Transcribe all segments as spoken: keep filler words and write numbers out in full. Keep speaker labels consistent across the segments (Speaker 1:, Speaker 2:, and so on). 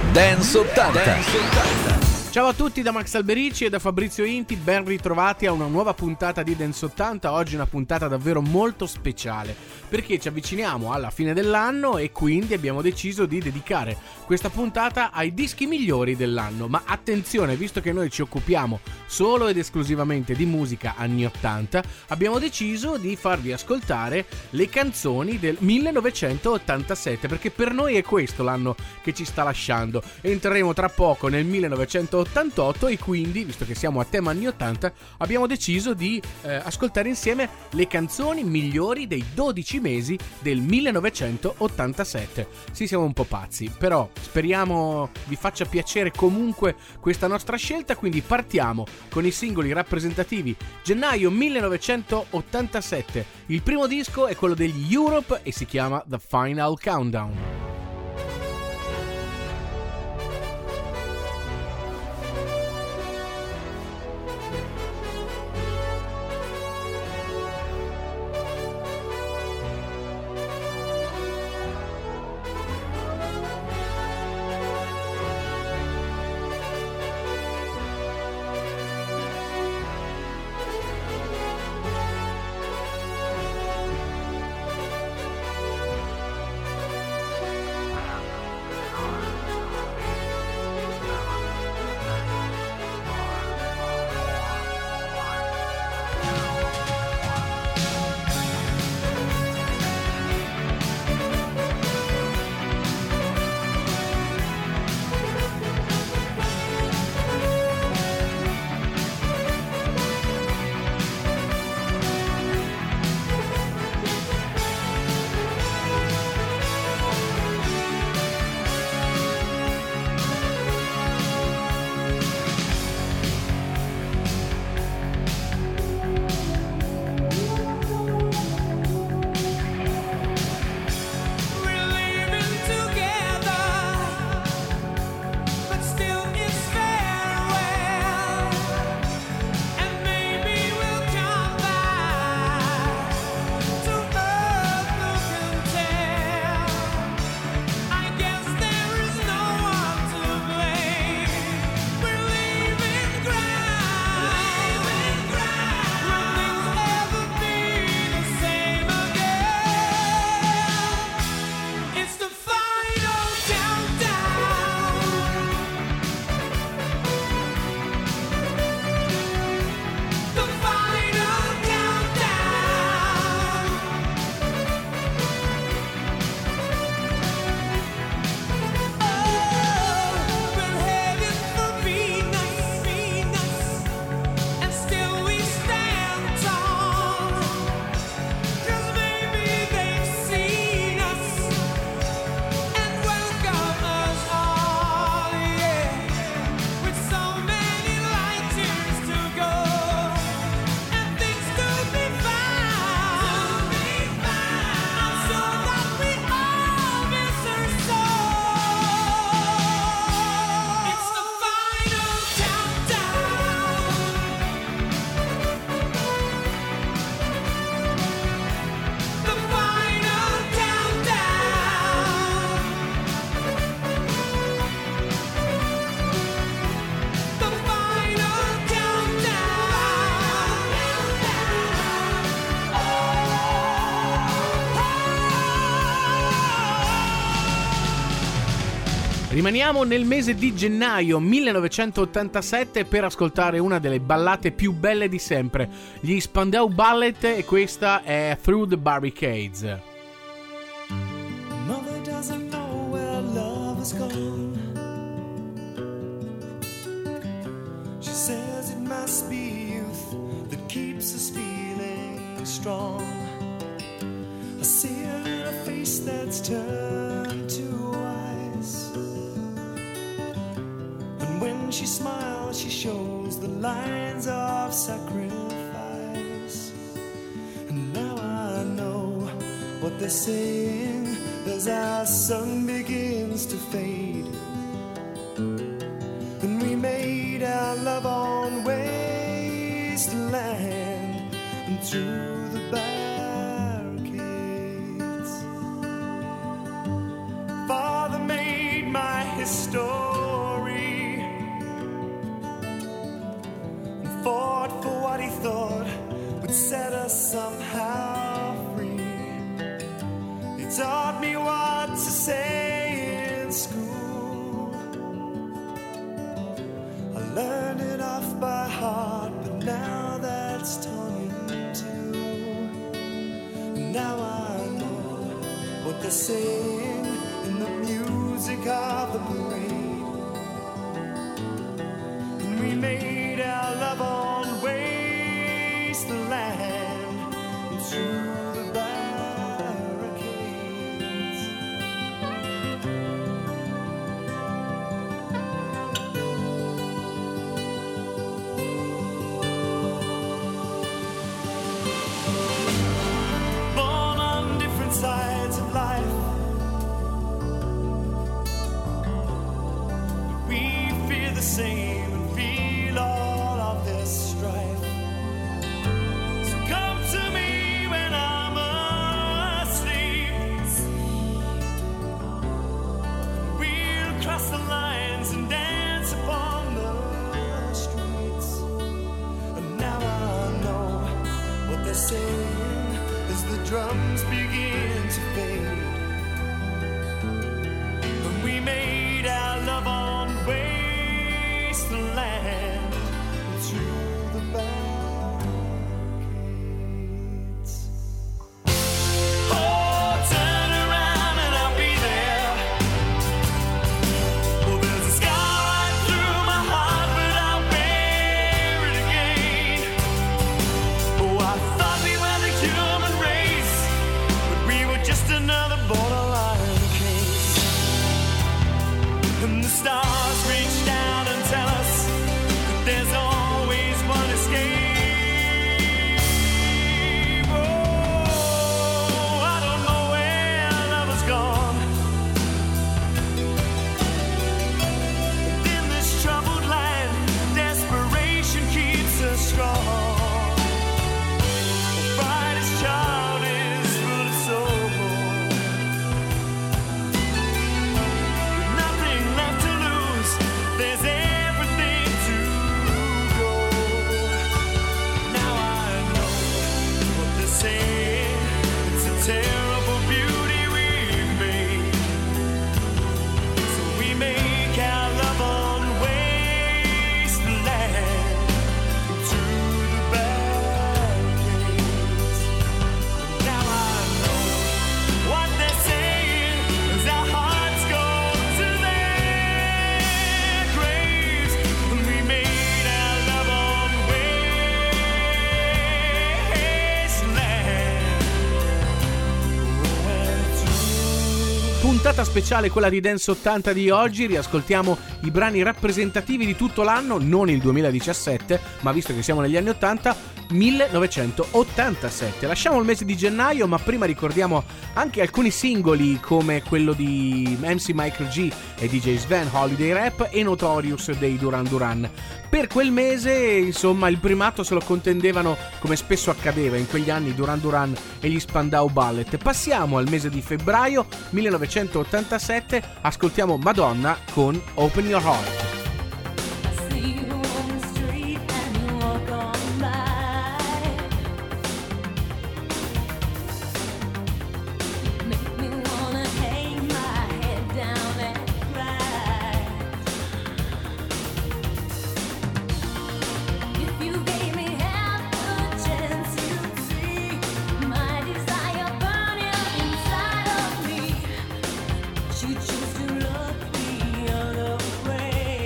Speaker 1: Dance ottanta. Dance ottanta.
Speaker 2: Ciao a tutti da Max Alberici e da Fabrizio Inti, ben ritrovati a una nuova puntata di Dance ottanta. Oggi una puntata davvero molto speciale perché ci avviciniamo alla fine dell'anno e quindi abbiamo deciso di dedicare questa puntata ai dischi migliori dell'anno. Ma attenzione, visto che noi ci occupiamo solo ed esclusivamente di musica anni ottanta, abbiamo deciso di farvi ascoltare le canzoni del millenovecentottantasette, perché per noi è questo l'anno che ci sta lasciando. Entreremo tra poco nel millenovecentottantotto e quindi, visto che siamo a tema anni ottanta, abbiamo deciso di eh, ascoltare insieme le canzoni migliori dei dodici mesi del millenovecentottantasette. Sì, siamo un po' pazzi, però speriamo vi faccia piacere comunque questa nostra scelta, quindi partiamo con i singoli rappresentativi. Gennaio millenovecentottantasette, il primo disco è quello degli Europe e si chiama The Final Countdown. Rimaniamo nel mese di gennaio millenovecentottantasette per ascoltare una delle ballate più belle di sempre, gli Spandau Ballet, e questa è Through the Barricades.
Speaker 3: Mother doesn't know where love is gone. She says it must be youth that keeps us feeling strong. I see her in a face that's turned to ice, and when she smiles she shows the lines of sacrifice. And now I know what they're saying as our sun begins to fade, and we made our love on wasteland and through the barricades. Father made my his story and fought for what he thought would set us somehow free. He taught me what to say in school. I learned it off by heart, but now that's torn in two. And now I know what they're saying in the music of the parade. And we made our love on wasteland and through the barricades. Born on different sides of life, the same and feel all of this strife. So come to me when I'm asleep. We'll cross the lines and dance upon the streets. And now I know what they're saying as the drums begin to fade. When we made our love on way the land through the barricades. Oh, turn around and I'll be there. Well, there's a scar right through my heart, but I'll bear it again. Oh, I thought we were the human race, but we were just another borderline case. And the stars reach down and tell us there's always one escape. Oh, I don't know where love has gone. And in this troubled land, desperation keeps us strong. The brightest child is full of soul. With nothing left to lose, there's everything to go. Now I know what they're saying. It's a terrible beauty we've made. So we make our love on wasteland through the barricades. Now I know what they're saying as our hearts go to their graves. And we made our love on wasteland.
Speaker 2: Puntata speciale quella di Dance ottanta di oggi. Riascoltiamo i brani rappresentativi di tutto l'anno, non il duemiladiciassette, ma visto che siamo negli anni ottanta, millenovecentottantasette. Lasciamo il mese di gennaio, ma prima ricordiamo anche alcuni singoli come quello di M C Michael G e D J Sven, Holiday Rap, e Notorious dei Duran Duran. Per quel mese, insomma, il primato se lo contendevano, come spesso accadeva in quegli anni, Duran Duran e gli Spandau Ballet. Passiamo al mese di febbraio millenovecentottantasette, ascoltiamo Madonna con Open Your Heart.
Speaker 4: You choose to look the other way.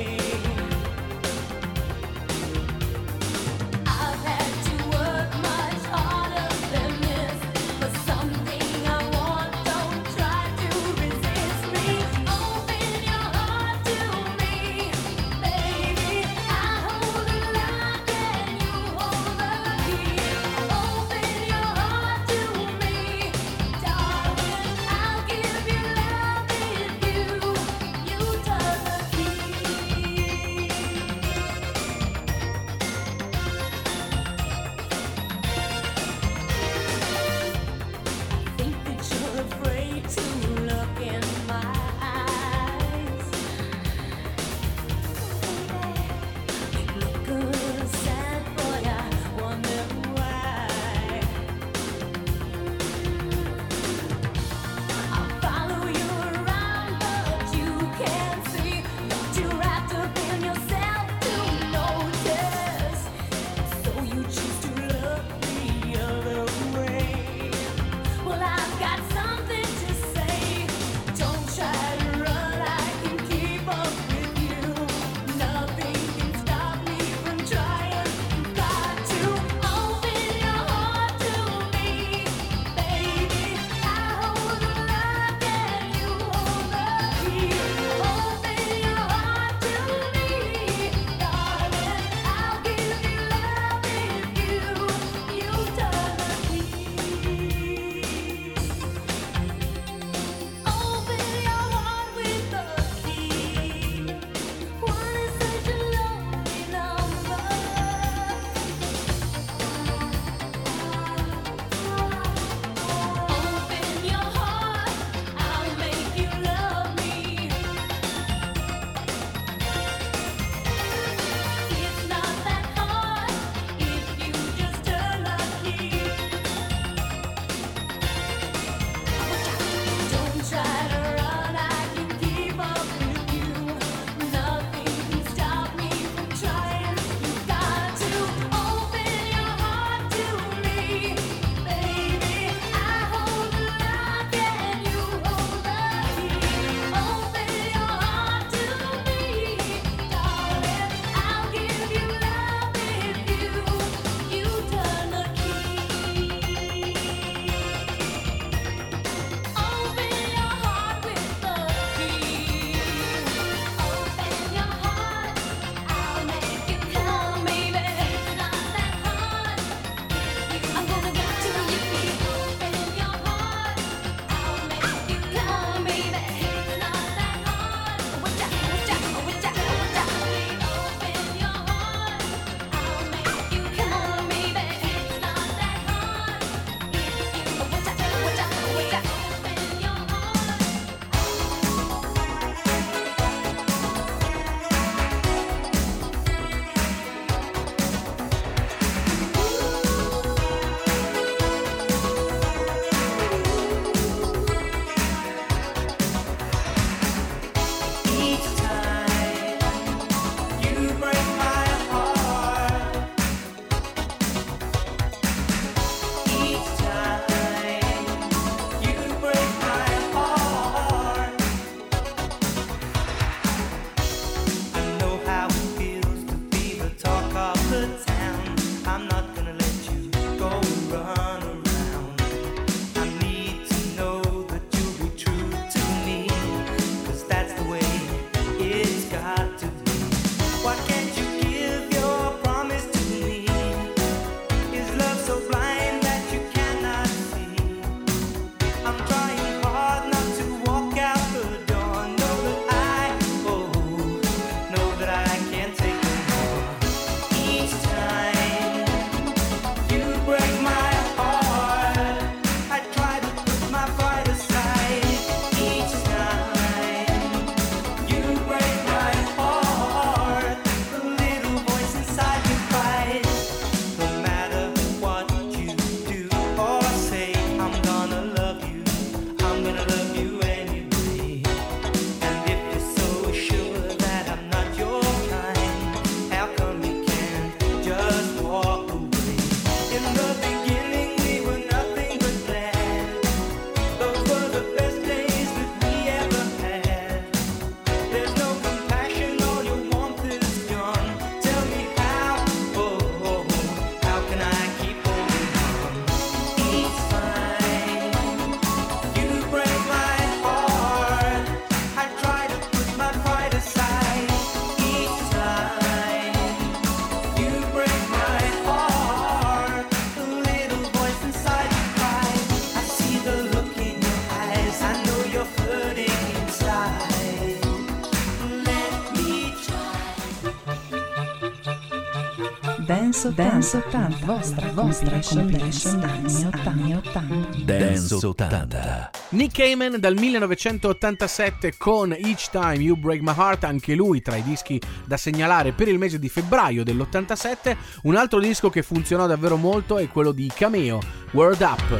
Speaker 4: Dance ottanta, vostra vostra compilation anni ottanta.
Speaker 1: Dance ottanta.
Speaker 2: Nick Cayman dal millenovecentottantasette con Each Time You Break My Heart, anche lui tra i dischi da segnalare per il mese di febbraio dell'ottantasette. Un altro disco che funzionò davvero molto è quello di Cameo, Word Up.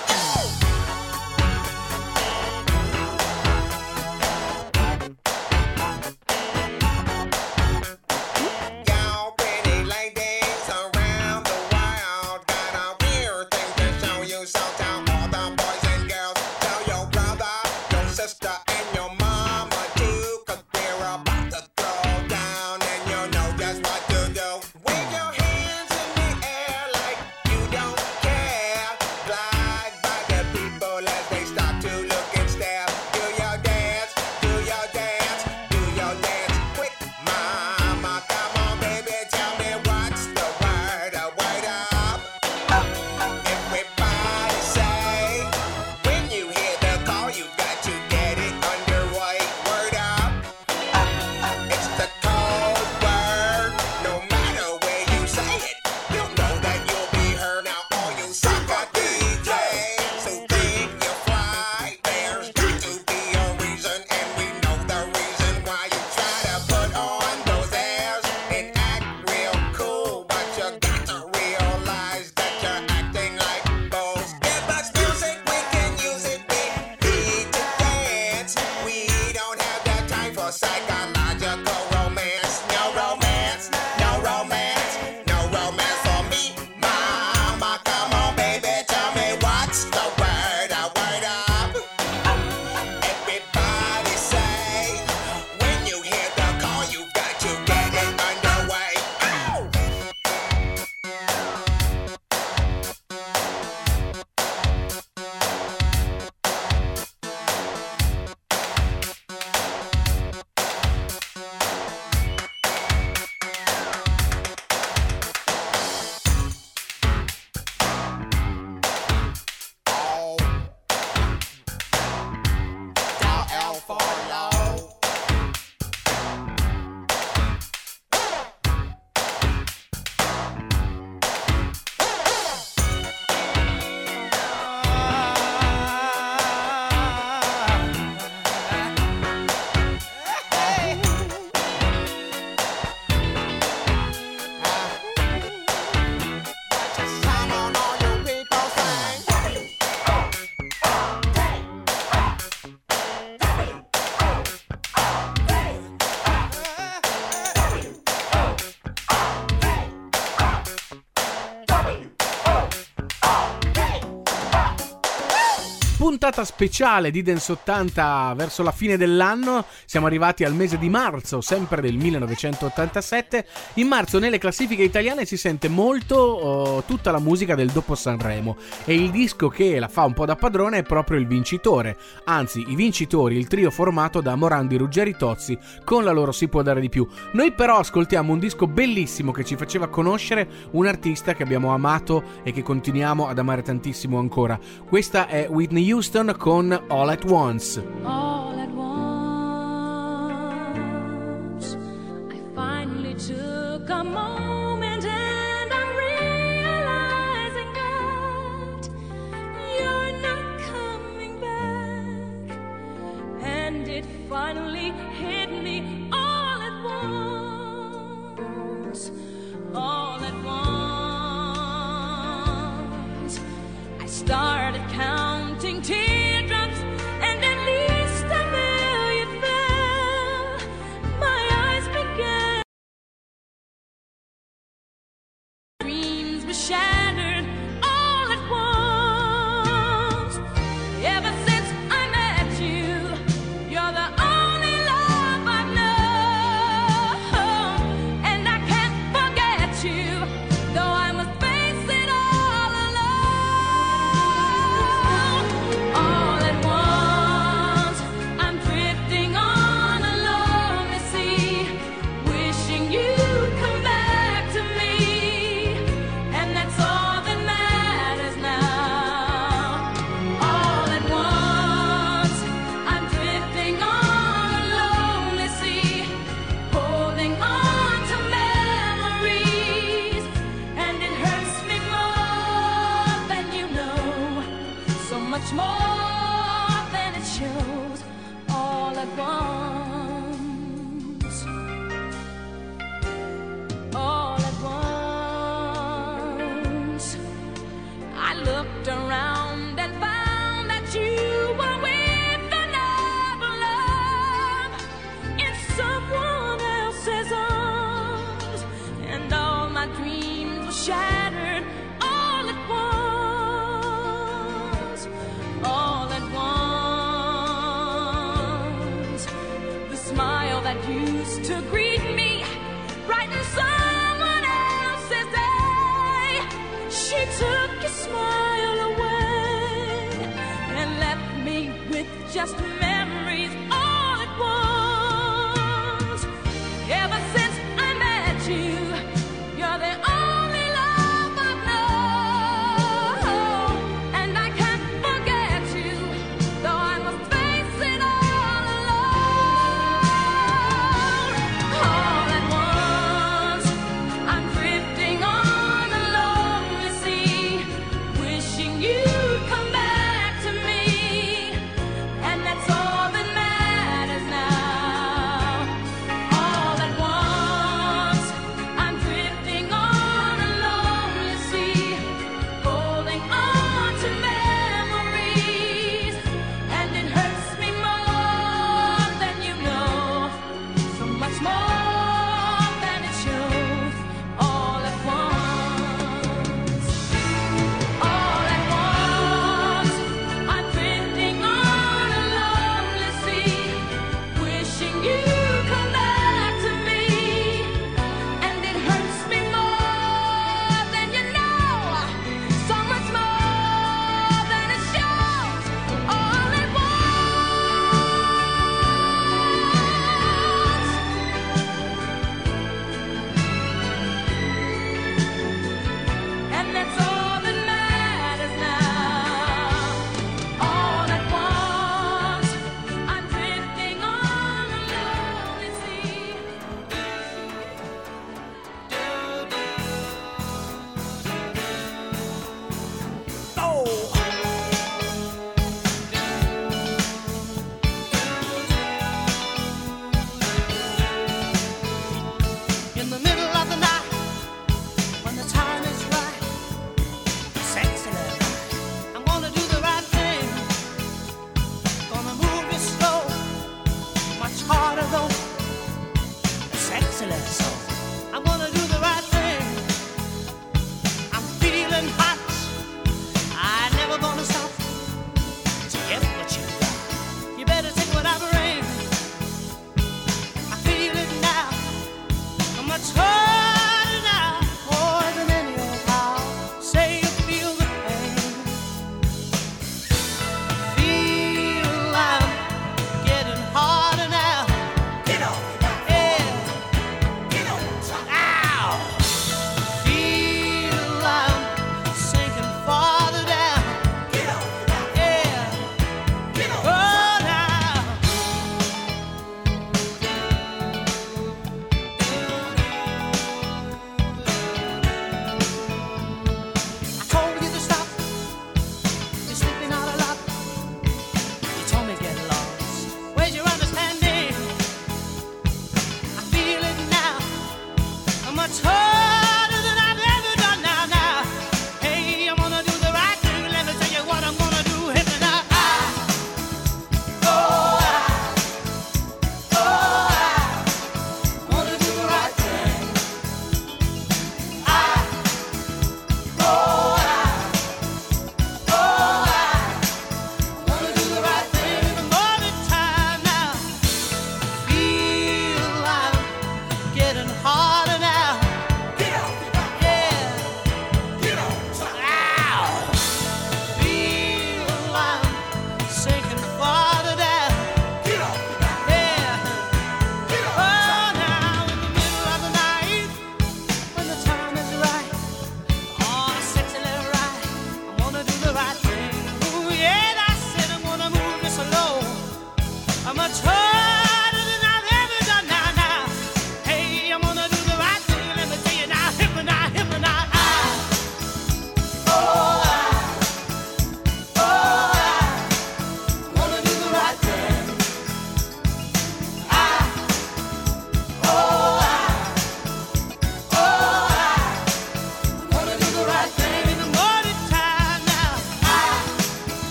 Speaker 2: Puntata speciale di Dance ottanta verso la fine dell'anno. Siamo arrivati al mese di marzo, sempre del millenovecentottantasette. In marzo nelle classifiche italiane si sente molto oh, tutta la musica del dopo Sanremo, e il disco che la fa un po' da padrone è proprio il vincitore. Anzi, i vincitori, il trio formato da Morandi, Ruggeri, Tozzi, con la loro Si può dare di più. Noi però ascoltiamo un disco bellissimo che ci faceva conoscere un artista che abbiamo amato e che continuiamo ad amare tantissimo ancora. Questa è Whitney Houston con All at Once.
Speaker 5: All at once, I finally took a moment and I'm realizing that you're not coming back. And it finally hit me all at once, all at once. I started counting teardrops, and at least a million fell. My eyes began, dreams were shattered all at once. Ever since I met you, you're the only love I've known, and I can't forget you, though I must face it all alone. All at once, I'm drifting on a lonely sea, wishing you'd come back to me, and that's all that used to greet me, brighten someone else's day. She took your smile away and left me with just memories all at once. Ever since I met you, you're the only love I've known, and I can't forget you, though I must face it all alone. All at once, I'm drifting on a lonely sea, wishing you'd come back to me, and that's all that matters.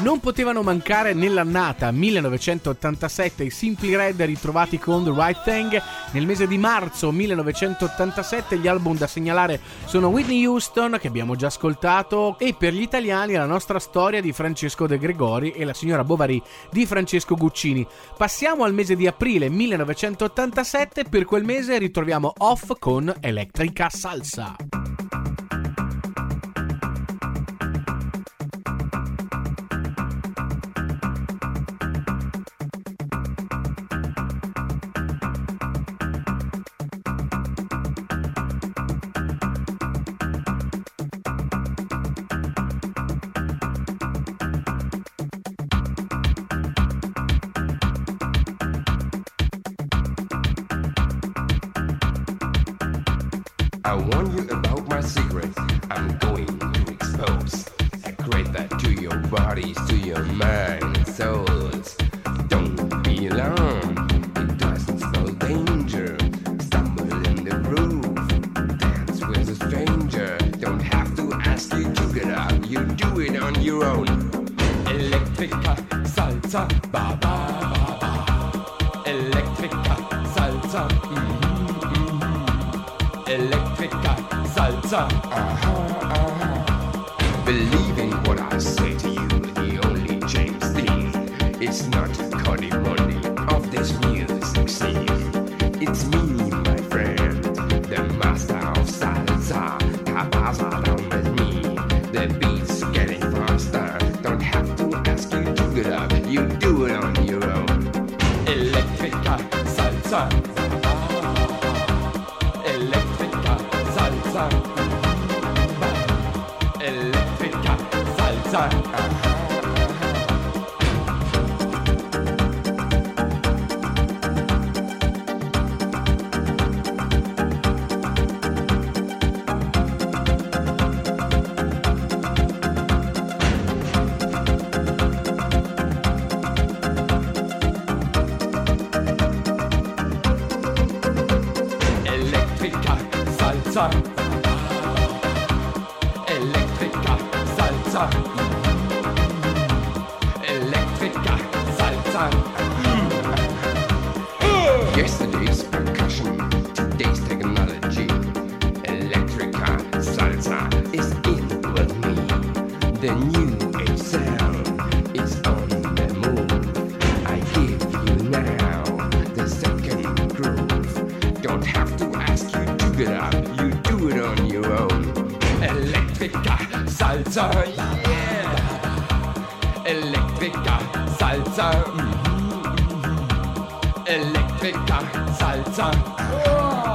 Speaker 2: Non potevano mancare nell'annata millenovecentottantasette i Simply Red ritrovati con The Right Thing. Nel mese di marzo millenovecentottantasette gli album da segnalare sono Whitney Houston, che abbiamo già ascoltato, e per gli italiani La nostra storia di Francesco De Gregori e La signora Bovary di Francesco Guccini. Passiamo al mese di aprile millenovecentottantasette, per quel mese ritroviamo Off con Electrica Salsa.
Speaker 6: I warn you about my secret, I'm going to expose. I create that to your bodies, to your mind, souls. Don't be alarmed, it doesn't spell danger. Stumble in the groove, dance with a stranger. Don't have to ask you to get up, you do it on your own. Electrica salsa, ba ba ba ba. Electrica salsa, mm-hmm. Electrica salsa, uh-huh, uh-huh. Believe in what I say to you, the only change thing. It's not Cody Money of this music scene. It's me, my friend, the master of salsa. Cabasa down with me, the beat's getting faster. Don't have to ask you to get up, you do it on your own. Electrica salsa. Electrica salsa, uh-huh. Electrica salsa. Electrica salsa. Electrica salsa. Yesterday's percussion, today's technology. Electrica salsa is in with me. The new age sound is on the move. I give you now the second groove. Don't have to ask you to get up, you do it on your own. Electrica salsa, yeah. Electrica salsa, mm-hmm. Electrica salsa. Oh.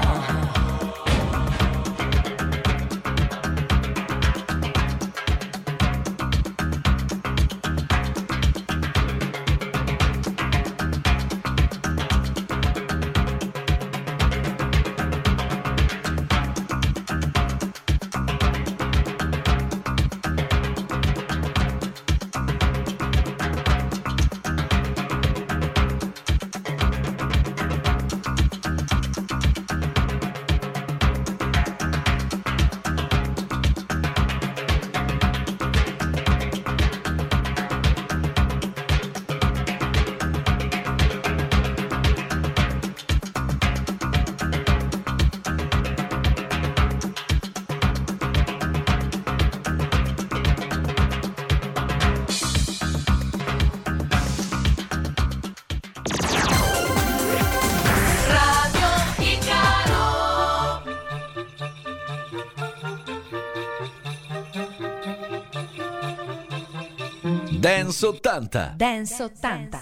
Speaker 1: Dance ottanta.
Speaker 4: Dance ottanta.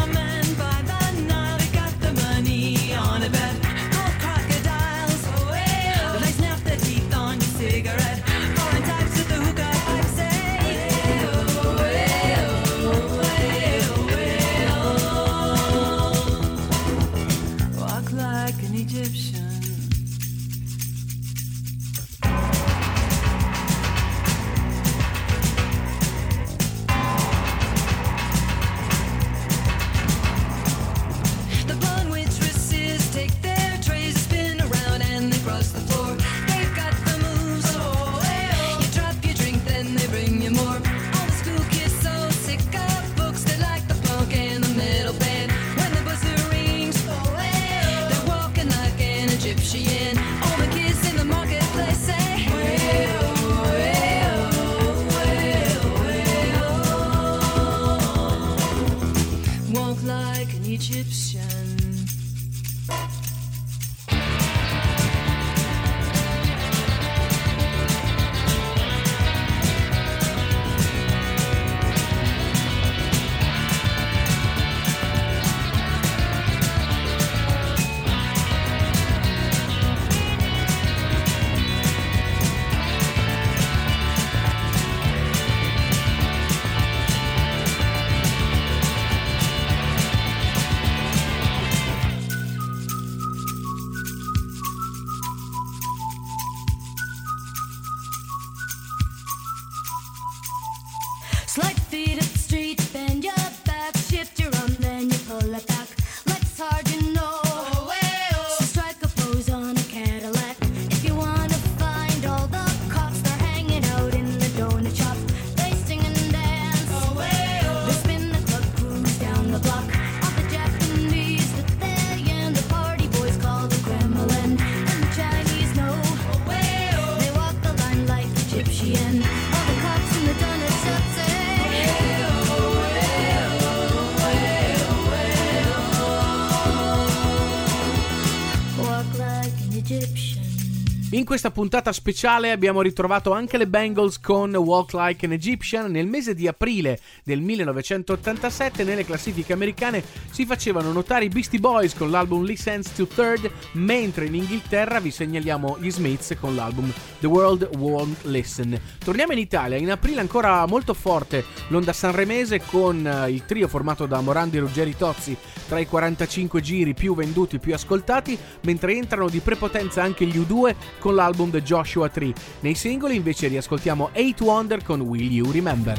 Speaker 5: On a bed, gold crocodiles away.
Speaker 2: In questa puntata speciale abbiamo ritrovato anche le Bangles con Walk Like an Egyptian. Nel mese di aprile del millenovecentottantasette nelle classifiche americane si facevano notare i Beastie Boys con l'album Listens to Third, mentre in Inghilterra vi segnaliamo gli Smiths con l'album The World Won't Listen. Torniamo in Italia, in aprile ancora molto forte l'onda sanremese con il trio formato da Morandi, Ruggeri, Tozzi tra i quarantacinque giri più venduti e più ascoltati, mentre entrano di prepotenza anche gli U due con l'album The Joshua Tree. Nei singoli invece riascoltiamo Eight Wonder con Will You Remember.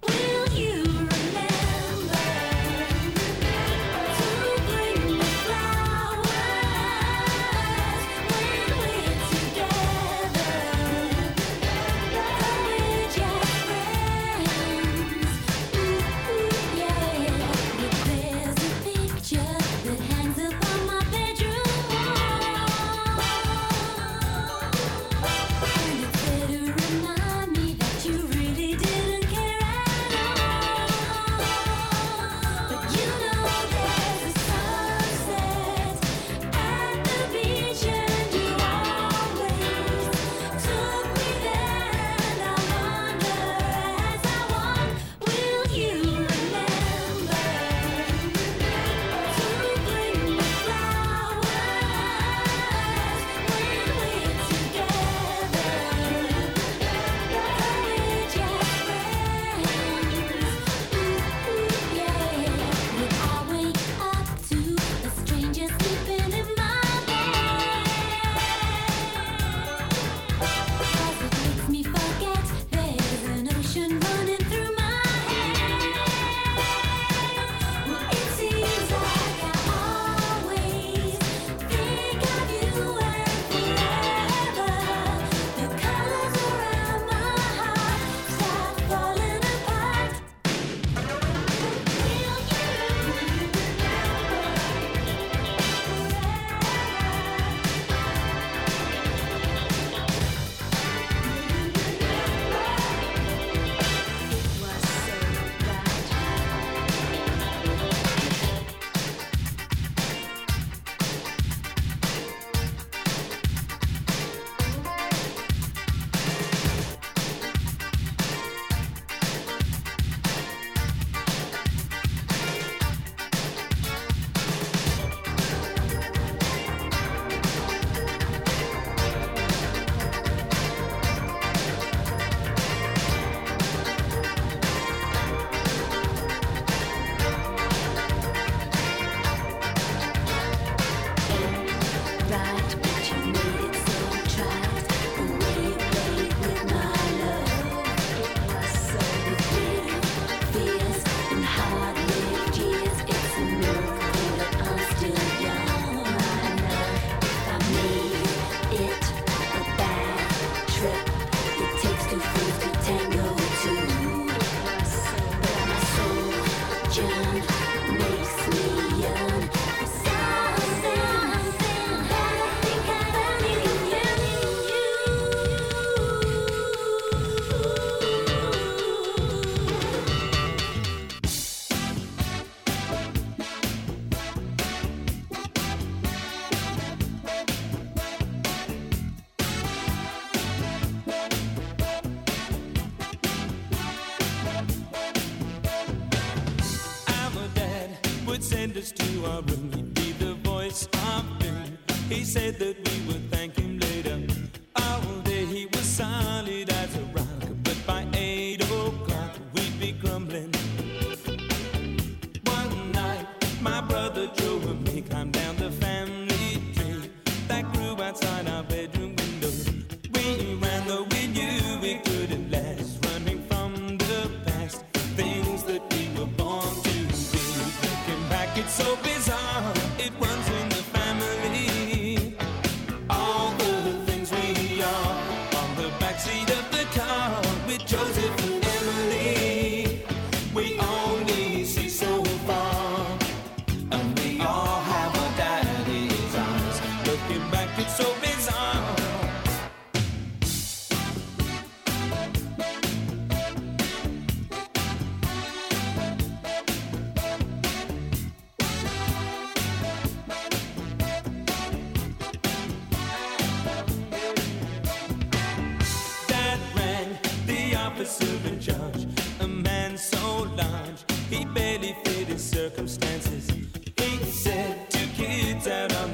Speaker 3: Send us to our room, he'd be the voice of doom. He said that we would thank him later. All day he was solid as a rock, but by eight o'clock we'd be crumbling. One night my brother Joe and me climbed down the family tree that grew outside our bedroom window. We ran though we knew we couldn't last, running from the past, things that we were born to be. Looking back, it's so bizarre, it runs in the family. All the things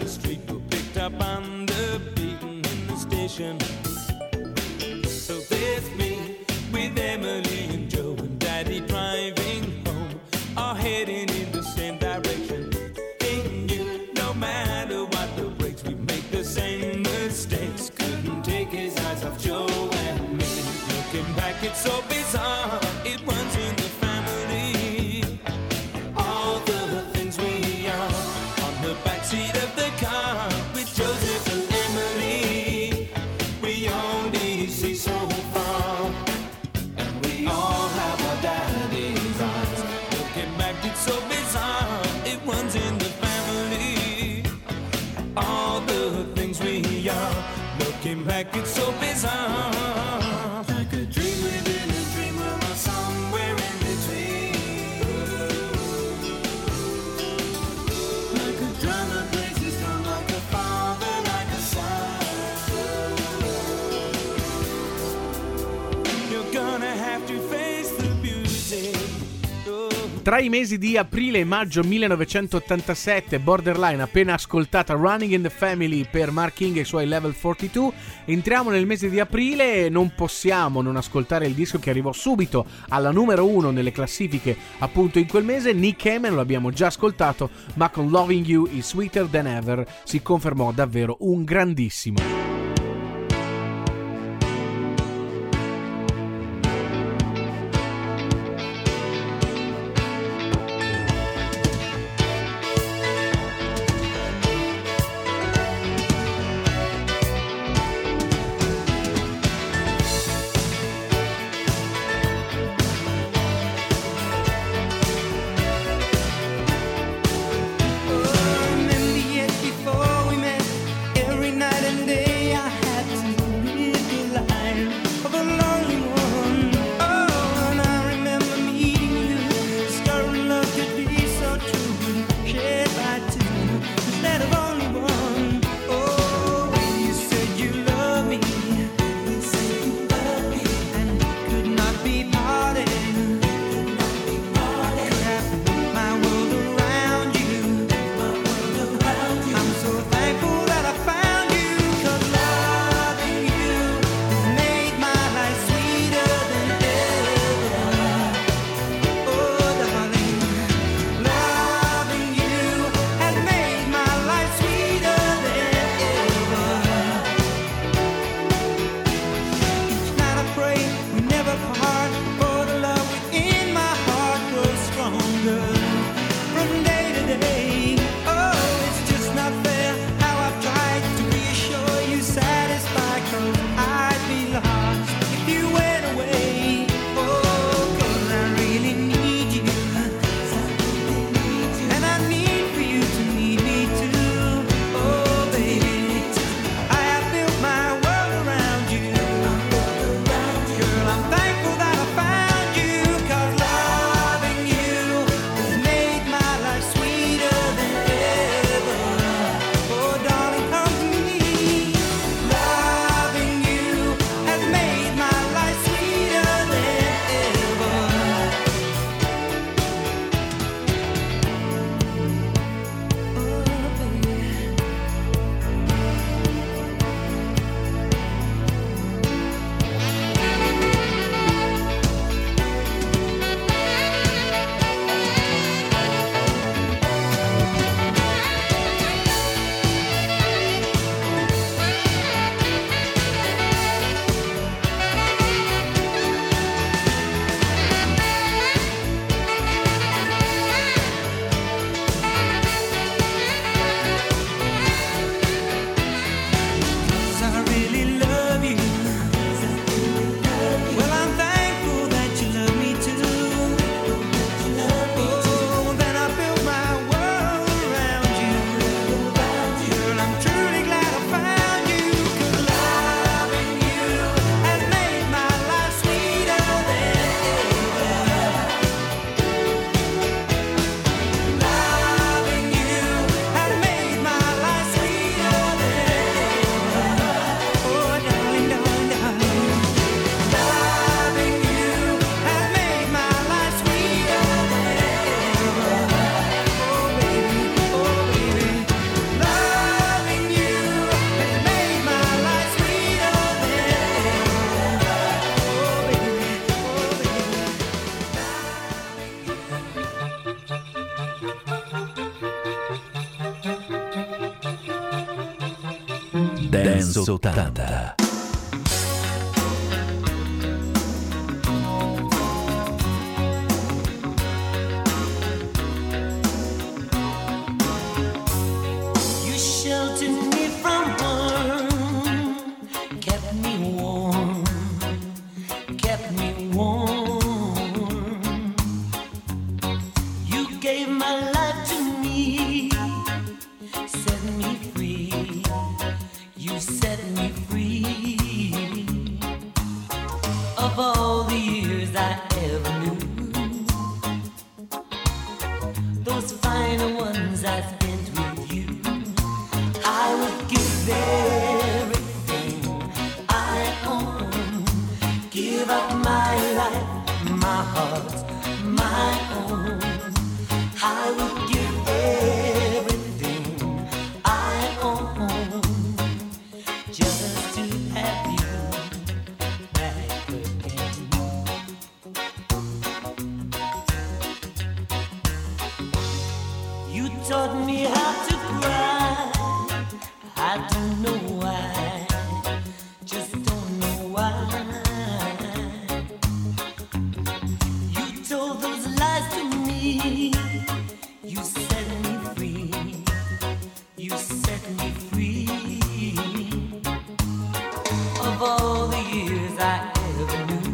Speaker 3: street were picked up on the beaten in the station. So there's me with Emily and Joe and Daddy driving home, all heading in the same direction. And you, no matter what the breaks, we make the same mistakes. Couldn't take his eyes off Joe and me. Looking back, it's so bizarre. It runs in the family. All the things we are on the backseat of the car with Joseph and Emily. We only see so far, and we all have our daddy's eyes. Looking back, it's so bizarre. It runs in the family. All the things we are. Looking back, it's so bizarre. Like a dream within a dream, we're somewhere in between. Like a drama plays his drum, like a father, like a son. You're gonna have to face the music. Oh.
Speaker 2: Tra i mesi di aprile e maggio millenovecentottantasette, Borderline appena ascoltata Running in the Family per Mark King e i suoi Level quarantadue, entriamo nel mese di aprile e non possiamo non ascoltare il disco che arrivò subito alla numero uno nelle classifiche appunto in quel mese. Nick Kamen, lo abbiamo già ascoltato, ma con Loving You is Sweeter Than Ever si confermò davvero un grandissimo.
Speaker 3: Before we met, every night and day
Speaker 1: Dance ottanta.
Speaker 7: You sheltered me from harm, kept me warm, kept me warm. You gave my life to me, set me free. You set me free of all the years I ever knew. Those final ones I spent with you. I would give everything I own, give up my life, my heart, my own. I would give everything I own just to have you back again. You taught me how to cry. I don't know why, just don't know why. You told those lies to me. You set me free. You set me free of all the years I ever knew.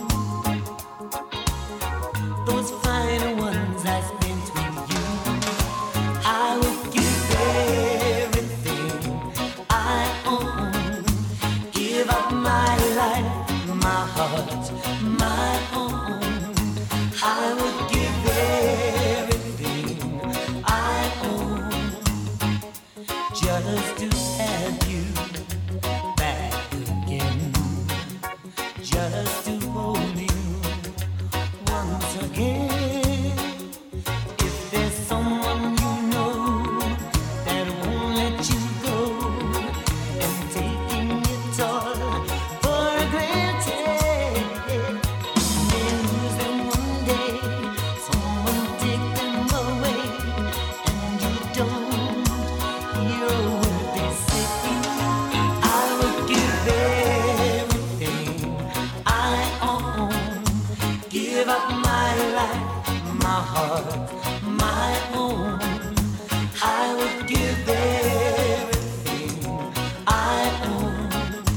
Speaker 7: Those final ones I spent with you. I would give everything I own, give up my life, my heart, my own. I would give everything I own just to have you back again, just to hold you once again. If there's someone you know that won't let you go and taking it all for granted, they lose them one day, someone take them away, and you don't hear a word they say. I would give everything I own, give up my life, my heart, my own. I would give everything I own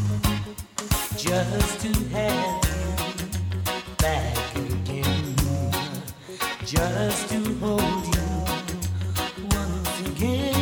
Speaker 7: just to have you back again, just to hold you once again.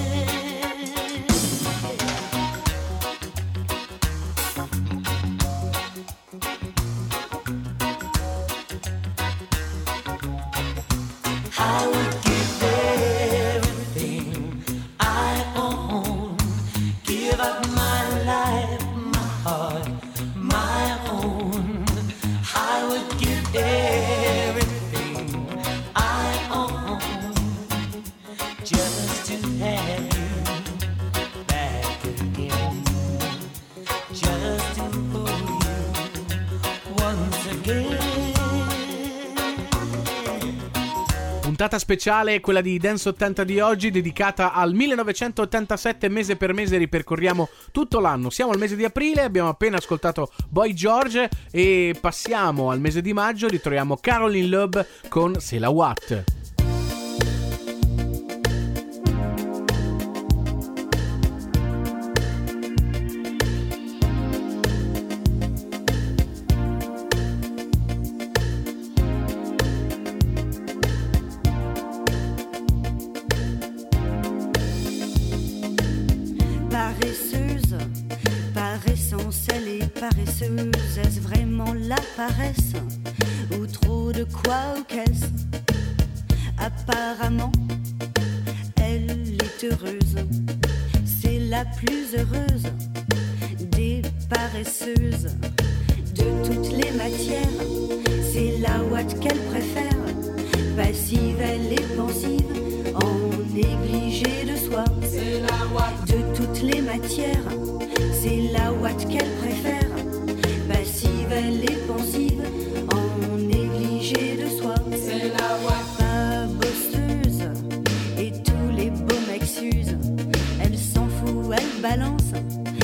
Speaker 7: I would give everything I own, give up my life, my heart, my own. I would give everything I own just to have you back again, just to hold you once again.
Speaker 2: Puntata speciale, quella di Dance ottanta di oggi, dedicata al millenovecentottantasette. Mese per mese ripercorriamo tutto l'anno. Siamo al mese di aprile, abbiamo appena ascoltato Boy George e passiamo al mese di maggio, ritroviamo Caroline Loeb con C'est la Watt.
Speaker 8: Paresseuse, par essence elle est paresseuse. Est-ce vraiment la paresse ou trop de quoi ou qu'est-ce? Apparemment, elle est heureuse. C'est la plus heureuse des paresseuses. De toutes les matières, c'est la Watt qu'elle préfère. Passive, elle est pensive, en négligé de soi. C'est la Watt. De toutes les matières, c'est la Watt qu'elle préfère. Passive, elle est pensive, en négligé de soi. C'est la Watt. Pas bosseuse, et tous les beaux mecs s'usent. Elle s'en fout, elle balance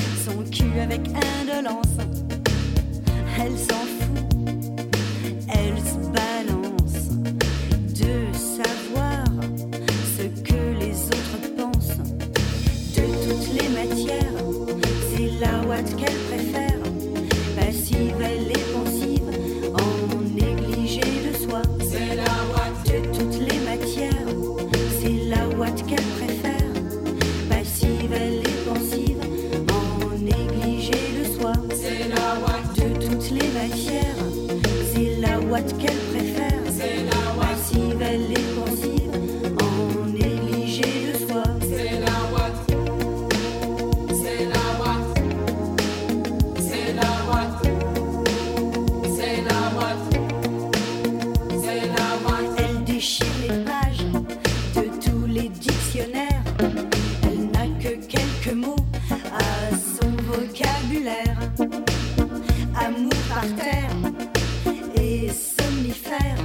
Speaker 8: avec indolence. Elle s'en fout, elle se balance de savoir ce que les autres pensent. De toutes les matières, c'est la ouate qu'elle préfère. Passive, elle est pensive, en négligé de soi. C'est la ouate. De toutes les matières, c'est la ouate qu'elle préfère. Passive, elle est pensive, en négligé de soi. C'est la ouate. De toutes les matières, c'est la ouate qu'elle préfère. C'est la ouate. Passive, elle est pensive, en négligé de soi. C'est la ouate. C'est la ouate. C'est la ouate. C'est la ouate. C'est la ouate. Elle déchire les pages de tous les dictionnaires. Elle n'a que quelques mots à son vocabulaire. Amour par terre et somnifère.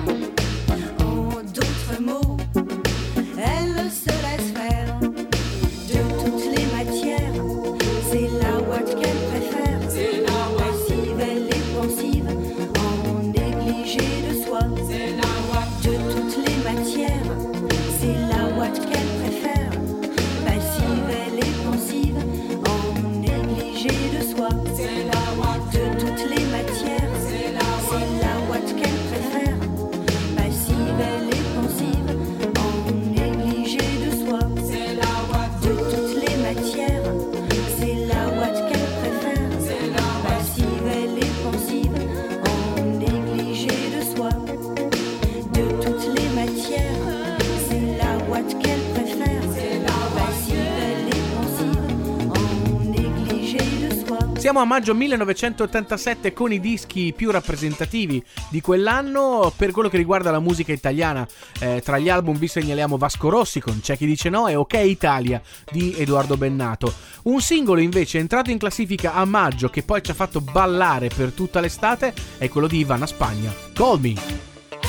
Speaker 8: En d'autres mots, elle se laisse faire. De toutes les matières, c'est la ouate qu'elle préfère. C'est la ouate. Passive, elle est pensive, en négligé de soi. C'est la ouate. De toutes les matières, c'est la ouate qu'elle préfère. Passive, elle est pensive, en négligé de soi. C'est la ouate. De toutes les matières, c'est la ouate. C'est la ouate qu'elle préfère. Passive, elle est pensive, en négligé de soi. C'est la ouate. De toutes les matières, c'est la ouate qu'elle préfère. C'est la ouate. Passive, elle est pensive, en négligé de soi. De toutes les matières, c'est la ouate qu'elle préfère. C'est la ouate. Passive, elle est pensive, en négligé de soi.
Speaker 2: Siamo a maggio millenovecentottantasette con i dischi più rappresentativi di quell'anno. Per quello che riguarda la musica italiana, eh, tra gli album vi segnaliamo Vasco Rossi con C'è chi dice no e Ok Italia di Edoardo Bennato. Un singolo invece entrato in classifica a maggio che poi ci ha fatto ballare per tutta l'estate è quello di Ivana Spagna, Call Me.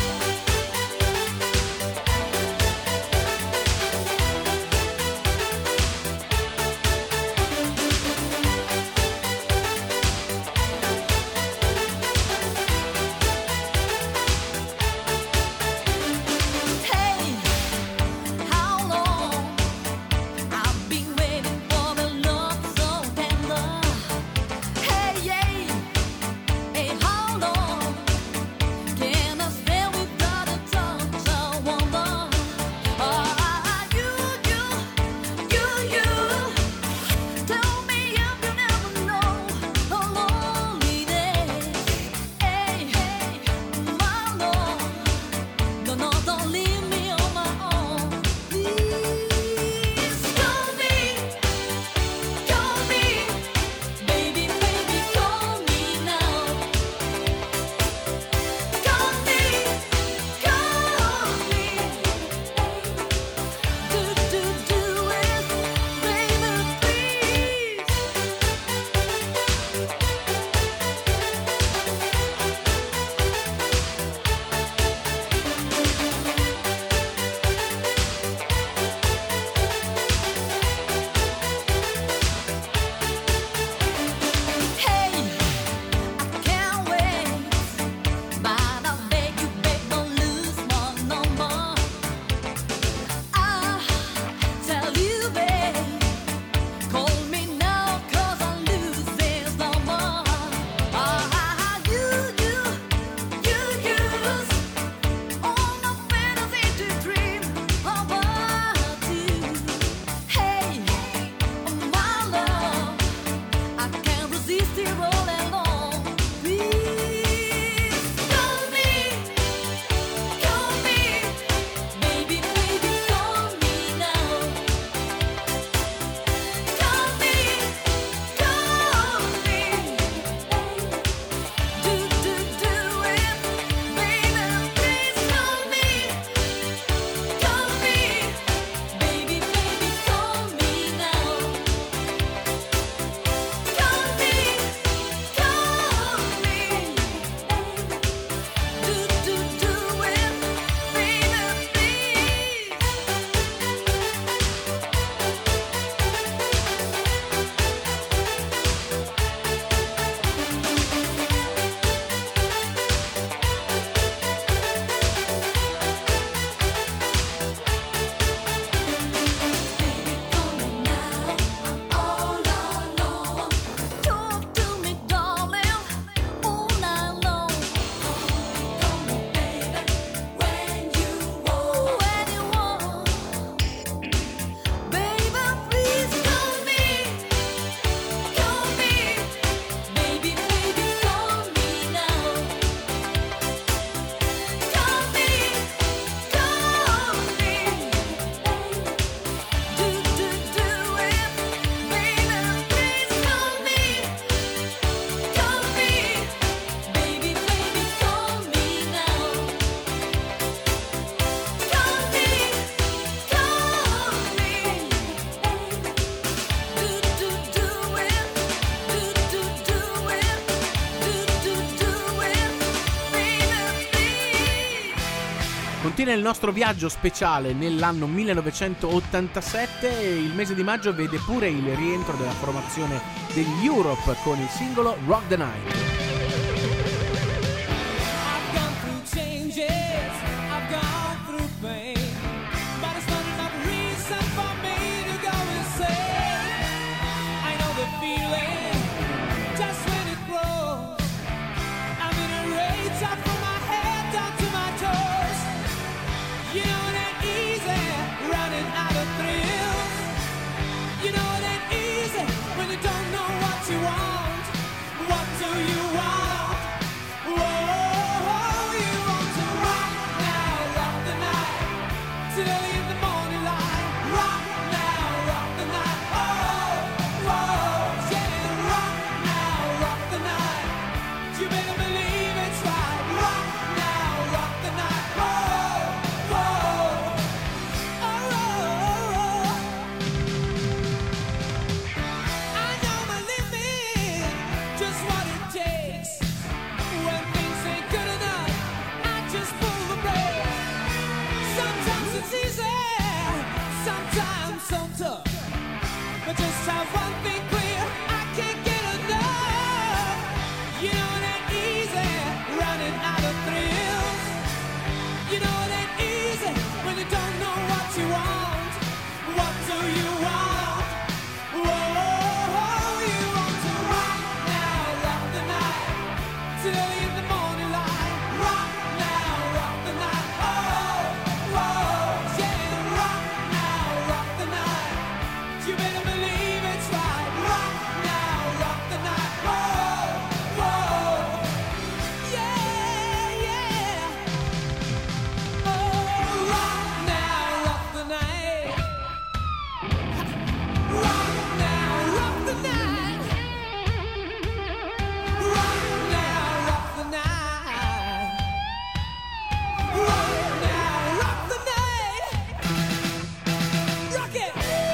Speaker 5: Hey, how long I've been waiting for the love so tender. Hey, yeah, hey, how long can I
Speaker 2: Benvenuti nel nostro viaggio speciale nell'anno millenovecentottantasette. Il mese di maggio vede pure il rientro della formazione degli Europe con il singolo Rock the Night.
Speaker 9: I've gone through changes, I've gone through pain, but it's not enough reason for me to go insane. I know the feeling, just when it grows. I'm in a rage, I from my head down to my toes. You know it ain't easy, running out of thrills. You know it ain't easy when you don't know what you want. What do you want? Whoa, you want to rock now, rock the night, till early in the morning light. Rock now, rock the night. Oh, whoa, yeah, rock now, rock the night. You better believe it's right. Rock now, rock the night. Oh, whoa, oh, oh, oh. I know my limit, just what it takes. When things ain't good enough, I just pull the brake. Sometimes it's easy, sometimes so tough. But just have one thing clear, I can't get enough. You know it ain't easy, running out of thrills. You know it ain't easy when you don't know what you want. What do you want? Whoa, you want to rock now, rock the night, till early in the morning light. Rock now, rock the night. Oh, whoa, yeah, rock now, rock the night. You better believe it's right. Rock now, rock the night. Oh, whoa, yeah, yeah. Oh, rock now, rock the night. Rock now, rock the night. Rock now, rock the night. Rock now, rock the night. Rock it.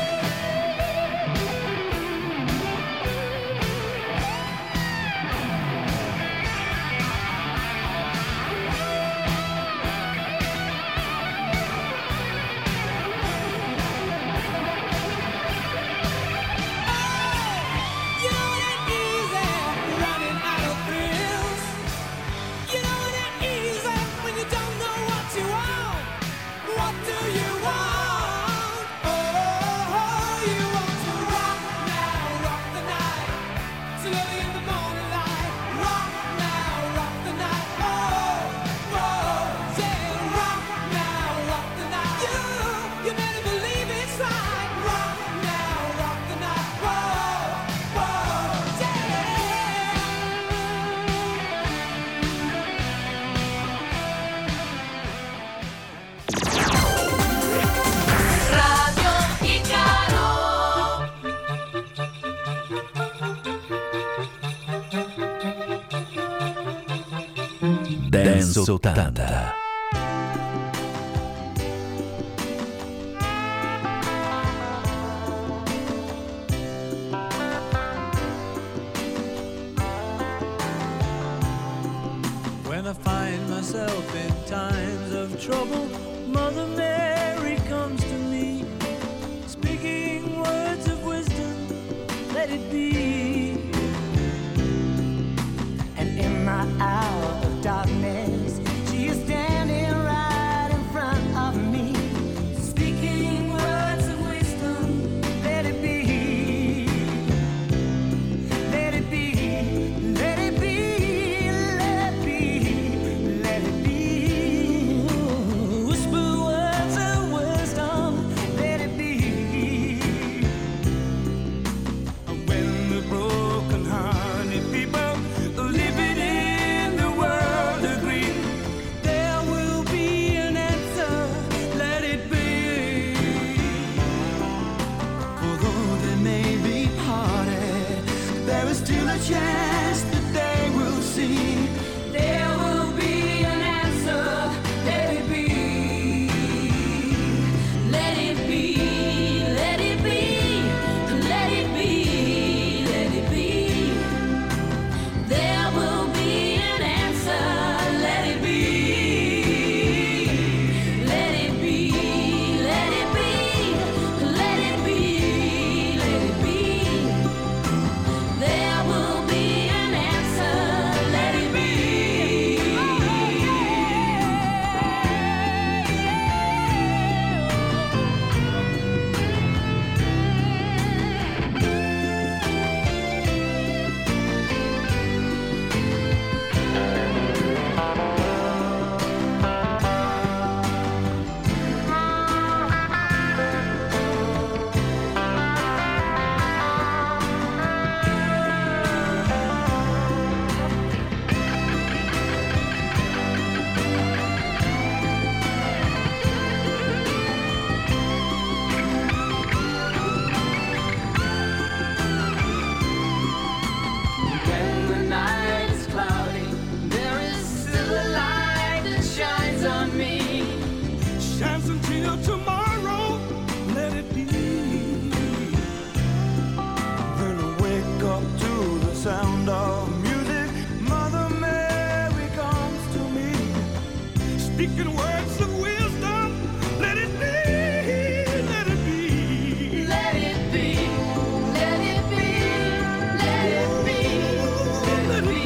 Speaker 9: You know it ain't easy, running out of thrills. You know it ain't easy when you don't know what you want. What do you want? Oh, you want to rock now, rock the night, till early in the morning light. Rock now, rock the night. Oh, whoa, yeah, rock now, rock the night. You, you better believe it's right. Rock now, rock the night. Whoa, whoa, yeah.
Speaker 5: Radio Icaro.
Speaker 1: Dance ottanta.
Speaker 3: When I find myself in times of trouble, Mother Mary comes to me, speaking words of wisdom, let it be. And in my hour of darkness, she is standing right in front of me, speaking words of wisdom, let it be. Let it be, let it be, let it be, let it be. Whisper words of wisdom, let it be. When the broken-hearted people living in the world agree, there will be an answer, let it be. Although they may be parted, there is still a chance that they will see. There will be an answer, let it be.
Speaker 5: Let it be, let it be, let it be, let it be. There will be an answer, let it be.
Speaker 3: speaking words of wisdom. Let it be, let it be.
Speaker 5: Let it be, let it be, let it be, let it be.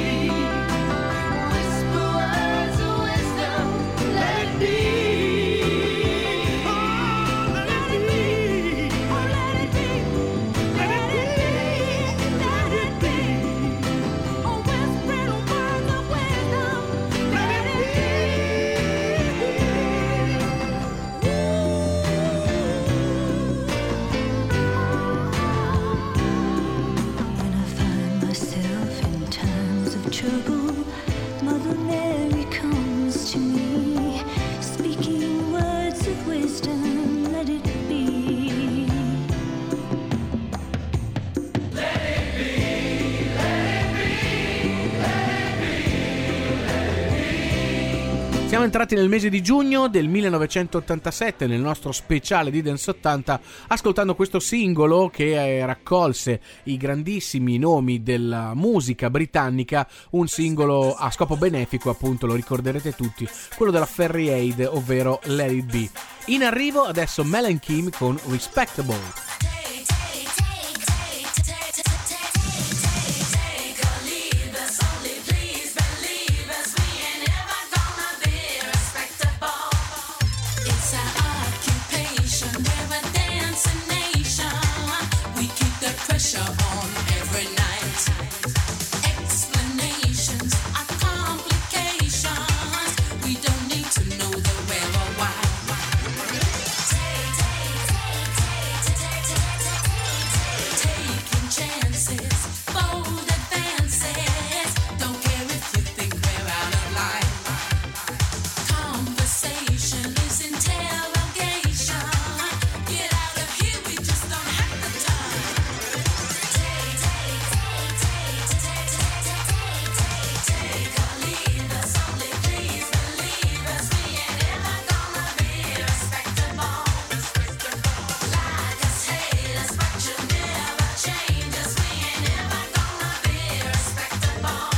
Speaker 5: Whisper words of wisdom, let it be.
Speaker 3: Oh, let it be.
Speaker 5: Oh, let it be,
Speaker 3: Let it be, let it be.
Speaker 5: oh, whispering words of wisdom,
Speaker 3: Let it be.
Speaker 8: When I find myself in times of trouble, Mother Mary comes to me, speaking words of wisdom, let it be.
Speaker 2: Siamo entrati nel mese di giugno del millenovecentottantasette nel nostro speciale di Dance ottanta, ascoltando questo singolo che eh, raccolse i grandissimi nomi della musica britannica, un singolo a scopo benefico, appunto, lo ricorderete tutti, quello della Ferry Aid, ovvero Let It Be. In arrivo adesso Mel and Kim con Respectable.
Speaker 5: Pressure on every night. Explanations are complications. We don't need to know the where or why. Taking chances, bold advances. Don't care if you think we're out of line. Conversation is interrogation. Get out of here, we just don't have the time. Take or leave us, only please believe us. We ain't ever gonna be respectable. Like us, hate us, but you never change us. We ain't ever gonna be respectable.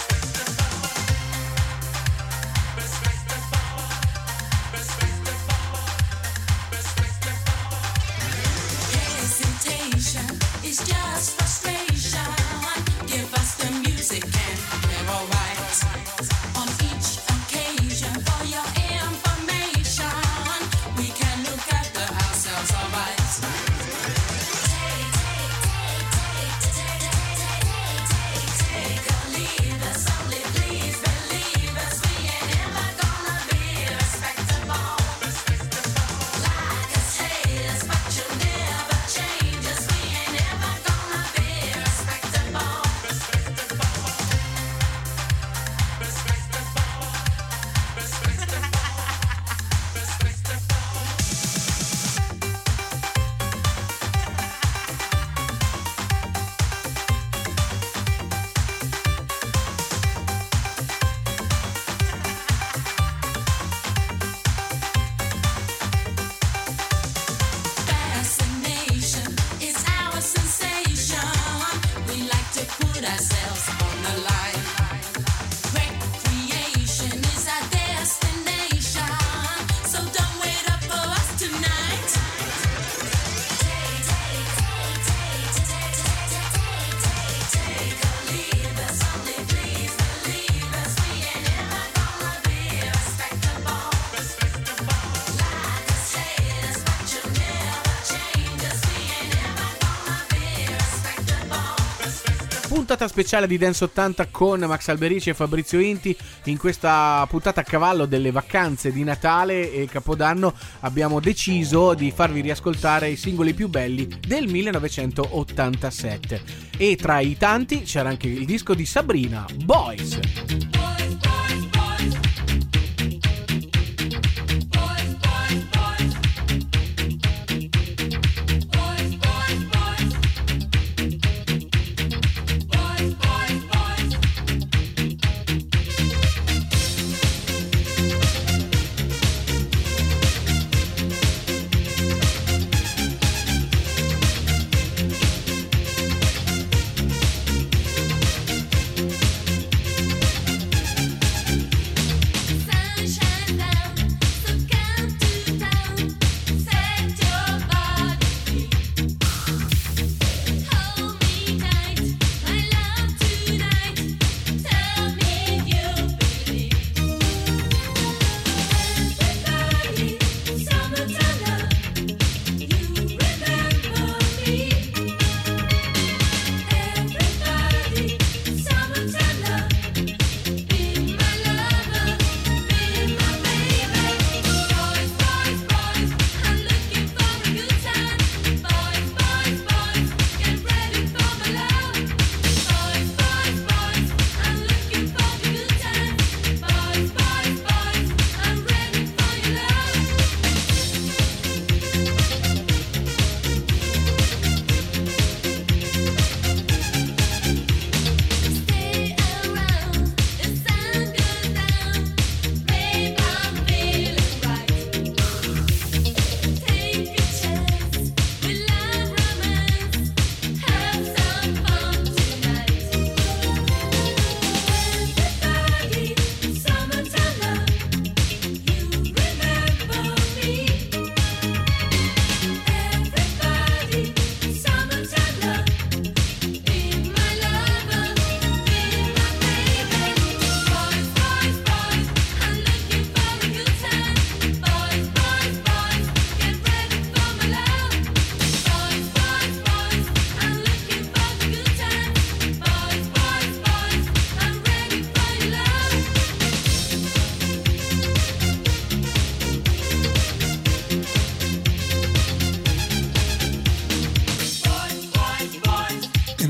Speaker 5: Hesitation is just frustration. Give us the music and we're alright. On each occasion, for your information, we can look after ourselves alright. Take or leave us, only please believe us. We ain't ever gonna be respectable. Like us, hate us, but you never change us. We ain't ever gonna be respectable. Fascination is our sensation. We like to put ourselves on the line. Recreation is our destination. So don't wait up for us tonight. Take or leave us, only please believe us. We ain't ever gonna be respectable. Like us, hate us, but you never change us. We ain't ever gonna be respectable.
Speaker 2: Puntata speciale di Dance ottanta con Max Alberici e Fabrizio Inti. In questa puntata a cavallo delle vacanze di Natale e Capodanno abbiamo deciso di farvi riascoltare i singoli più belli del millenovecentottantasette, e tra i tanti c'era anche il disco di Sabrina, Boys.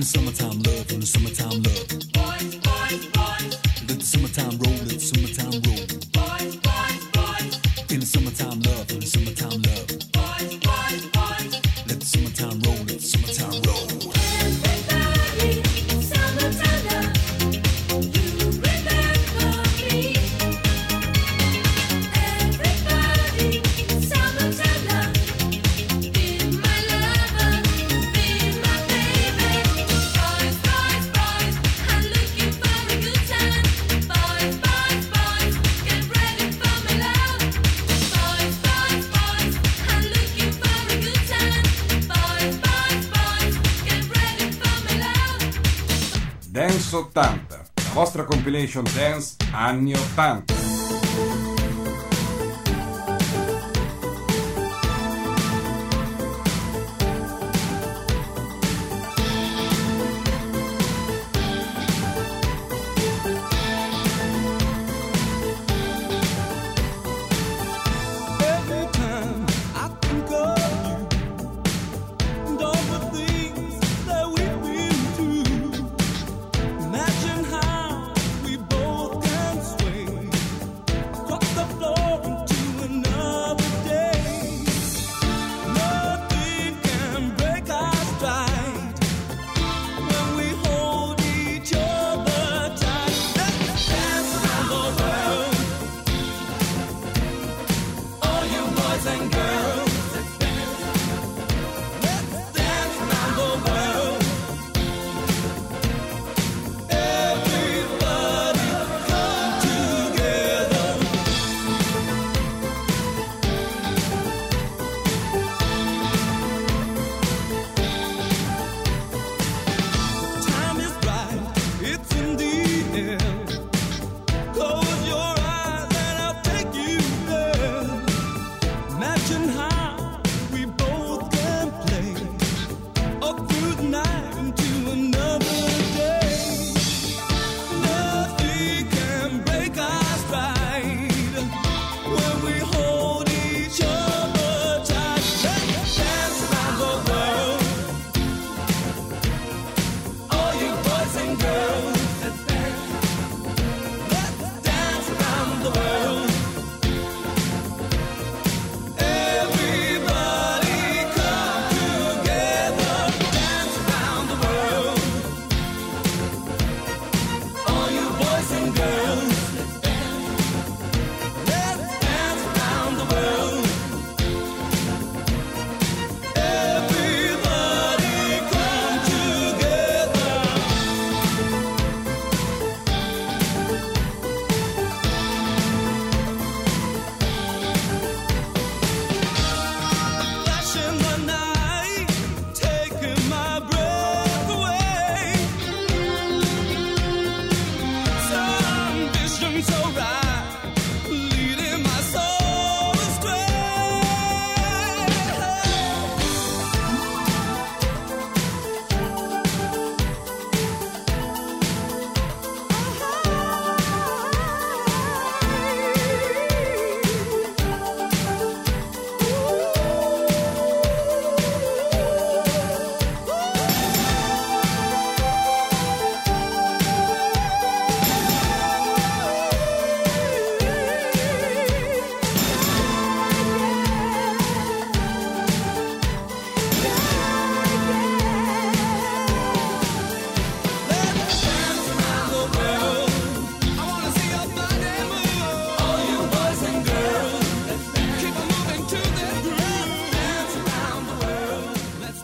Speaker 3: summertime love, in the summertime love.
Speaker 5: Boys, boys, boys.
Speaker 3: Let the summertime roll, let the summertime roll.
Speaker 5: Boys, boys, boys.
Speaker 3: In the summertime love, in the summertime love.
Speaker 5: Boys, boys, boys.
Speaker 3: Let the summertime roll, let the summertime roll.
Speaker 5: Everybody, summertime love. You remember me. Everybody, summertime love. Be my lover, be my baby. Boys, boys, boys, I'm looking for a good time. Boys, boys, boys, get ready for my love. Boys, boys, boys, I'm looking for a good time. Boys, boys, boys, get ready for my love.
Speaker 10: Dance ottanta, la vostra compilation dance anni ottanta.
Speaker 3: Every time I think of you and all the things that we've been through, imagine how we both can sway across the floor into another day. Nothing can break our stride when we hold each other tight. Let's dance around the world. All you boys and girls, let's dance. Let's dance around the world. Everybody come together. Time is right, it's in the air. Close your eyes and I'll take you there. Imagine how we both can play up through the night into another day. Nothing can break our stride when we hold each other tight. Let's dance around the world. All you boys and girls, let's dance. Let's dance around the world. Everybody come together. Dance around the world. All you boys and girls, let's dance. Let's dance around the world. Everybody come together. Flash in the night, taking my breath away. Some vision so right, leading my soul astray. Let's dance around the world. I wanna see your body move. All you boys and girls, let's dance. Keep on moving to this groove. Dance around the world. Let's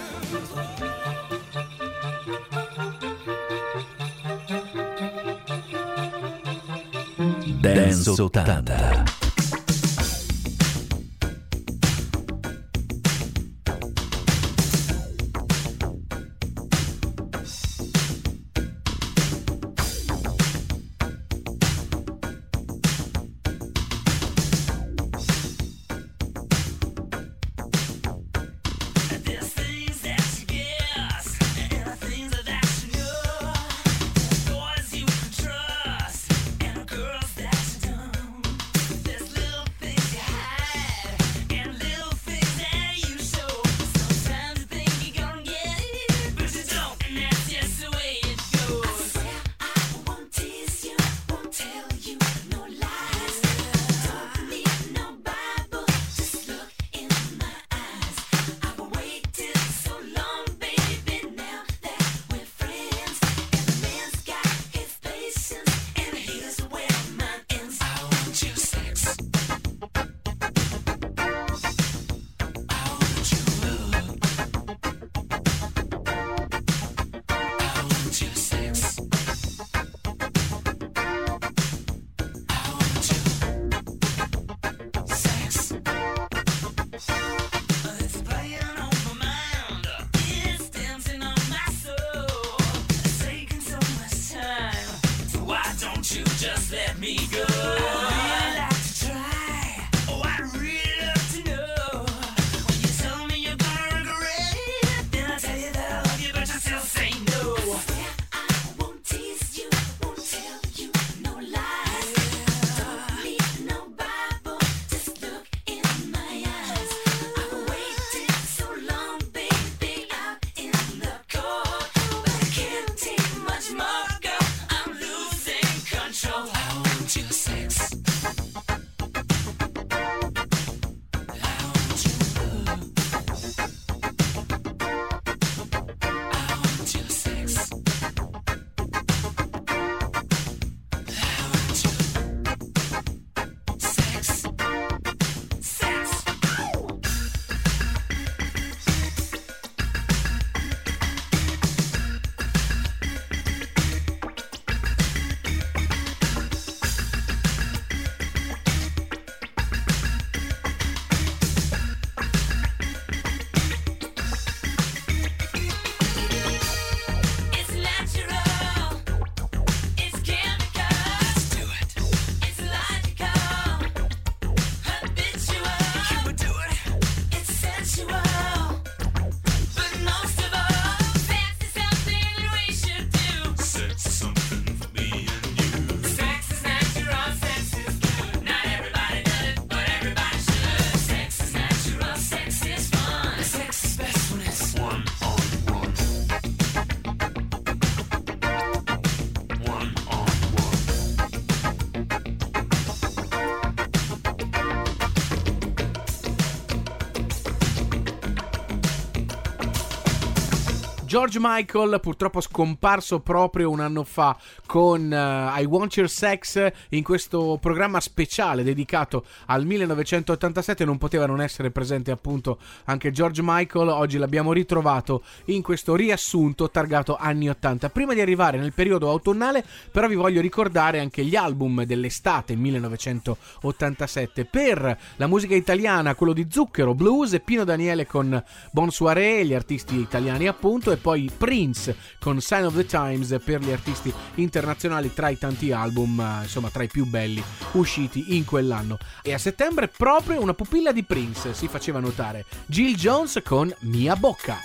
Speaker 1: Dance ottanta.
Speaker 3: There's things that you guess, and the things that you know. Boys you can trust, and the girls that you don't.
Speaker 2: George Michael, purtroppo scomparso proprio un anno fa con uh, I Want Your Sex, in questo programma speciale dedicato al millenovecentottantasette non poteva non essere presente appunto anche George Michael. Oggi l'abbiamo ritrovato in questo riassunto targato anni ottanta. Prima di arrivare nel periodo autunnale però vi voglio ricordare anche gli album dell'estate millenovecentottantasette. Per la musica italiana quello di Zucchero Blues e Pino Daniele con Bon Soirée, gli artisti italiani appunto, e poi Prince con Sign of the Times per gli artisti internazionali, tra i tanti album, insomma tra i più belli usciti in quell'anno. E a settembre proprio una pupilla di Prince si faceva notare, Jill Jones con Mia Bocca.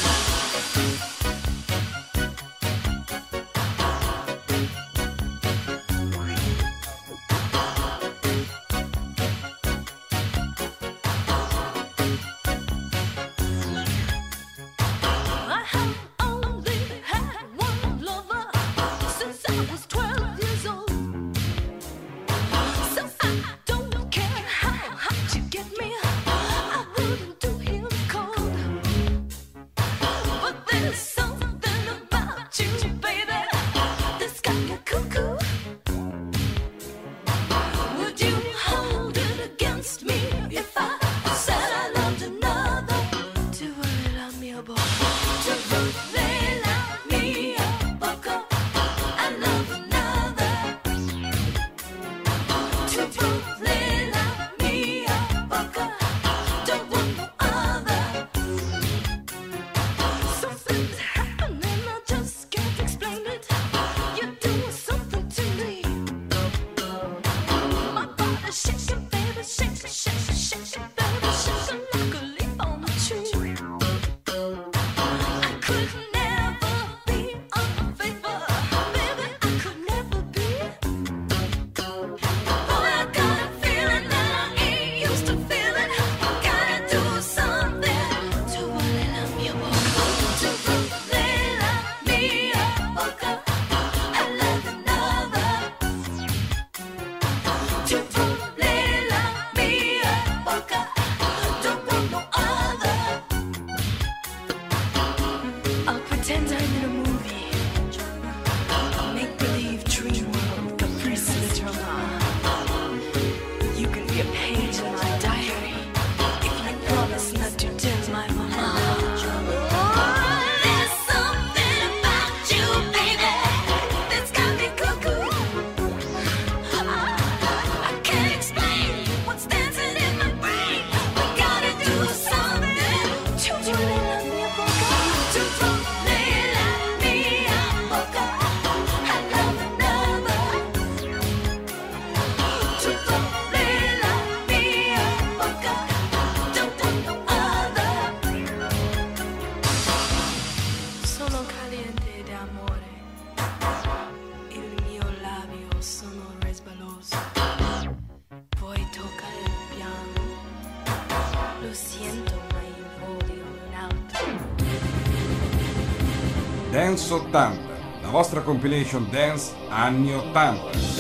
Speaker 10: Dance ottanta, la vostra compilation dance anni ottanta.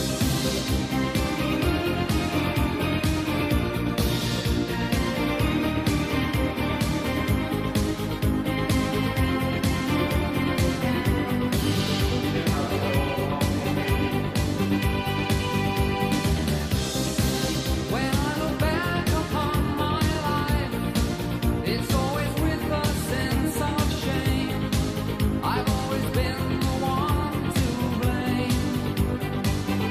Speaker 11: I've always been the one to blame.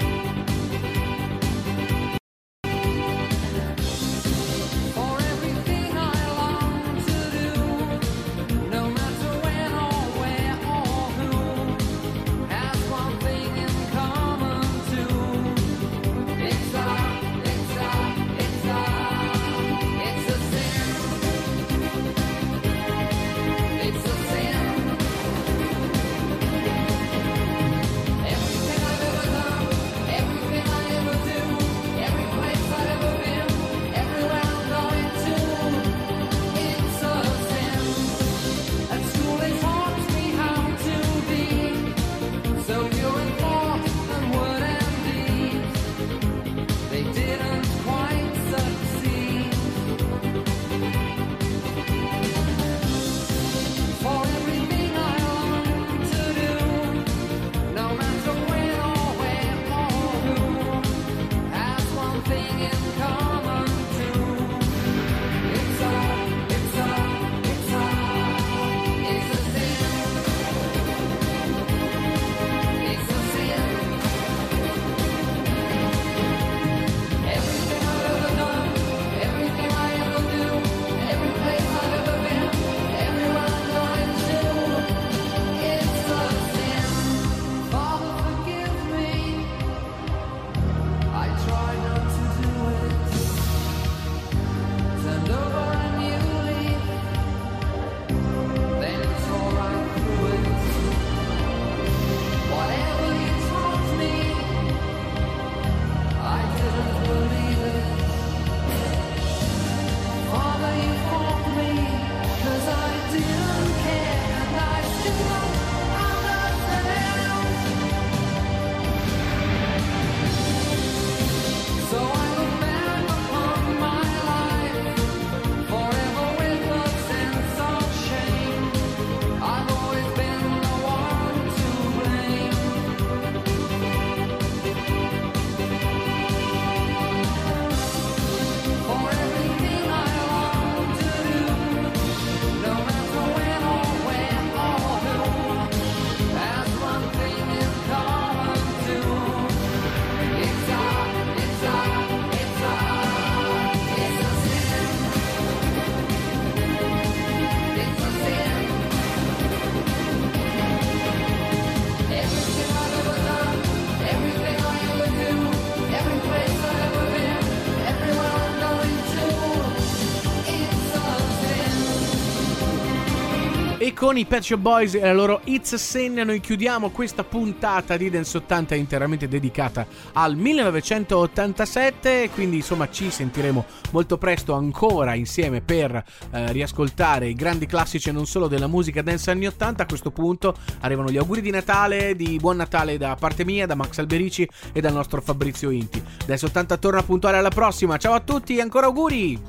Speaker 2: con i Pet Shop Boys e la loro It's a Sin noi chiudiamo questa puntata di Dance ottanta interamente dedicata al millenovecentottantasette, quindi insomma ci sentiremo molto presto ancora insieme per eh, riascoltare i grandi classici non solo della musica dance anni ottanta. A questo punto arrivano gli auguri di Natale, di buon Natale da parte mia, da Max Alberici e dal nostro Fabrizio Inti. Dance ottanta torna puntuale alla prossima, ciao a tutti e ancora auguri!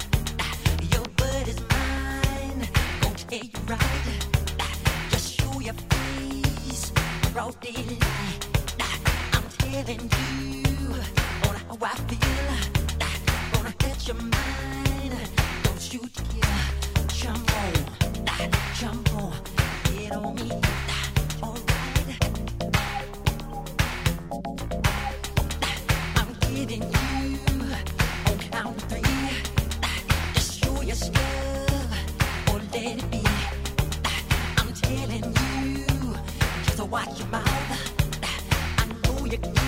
Speaker 7: Broad daylight, I'm telling you on how I feel. Gonna get your mind, don't you dare jump on, jump on, get on me, alright. I'm getting you on count of three. Just show your stuff or let it be. I'm telling you. So watch your mouth. I know you can.